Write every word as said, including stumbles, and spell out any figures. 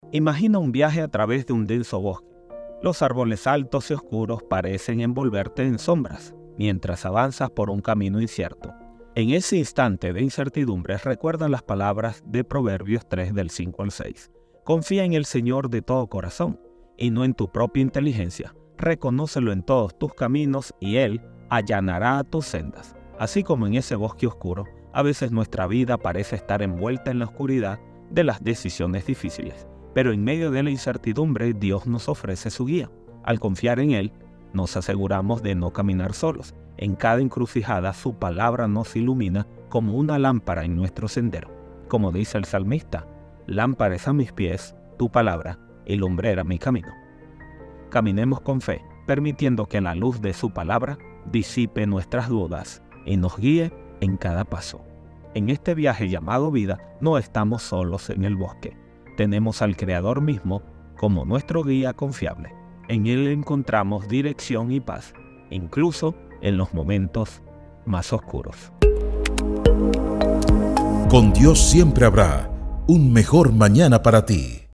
Imagina un viaje a través de un denso bosque. Los árboles altos y oscuros parecen envolverte en sombras, mientras avanzas por un camino incierto. En ese instante de incertidumbre, recuerda las palabras de Proverbios tres del cinco al seis. Confía en el Señor de todo corazón, y no en tu propia inteligencia. Reconócelo en todos tus caminos, y Él allanará tus sendas. Así como en ese bosque oscuro, a veces nuestra vida parece estar envuelta en la oscuridad de las decisiones difíciles. Pero en medio de la incertidumbre, Dios nos ofrece su guía. Al confiar en Él, nos aseguramos de no caminar solos. En cada encrucijada, su palabra nos ilumina como una lámpara en nuestro sendero. Como dice el salmista, lámpara es a mis pies, tu palabra, y lumbrera mi camino. Caminemos con fe, permitiendo que la luz de su palabra disipe nuestras dudas y nos guíe en cada paso. En este viaje llamado vida, no estamos solos en el bosque. Tenemos al Creador mismo como nuestro guía confiable. En Él encontramos dirección y paz, incluso en los momentos más oscuros. Con Dios siempre habrá un mejor mañana para ti.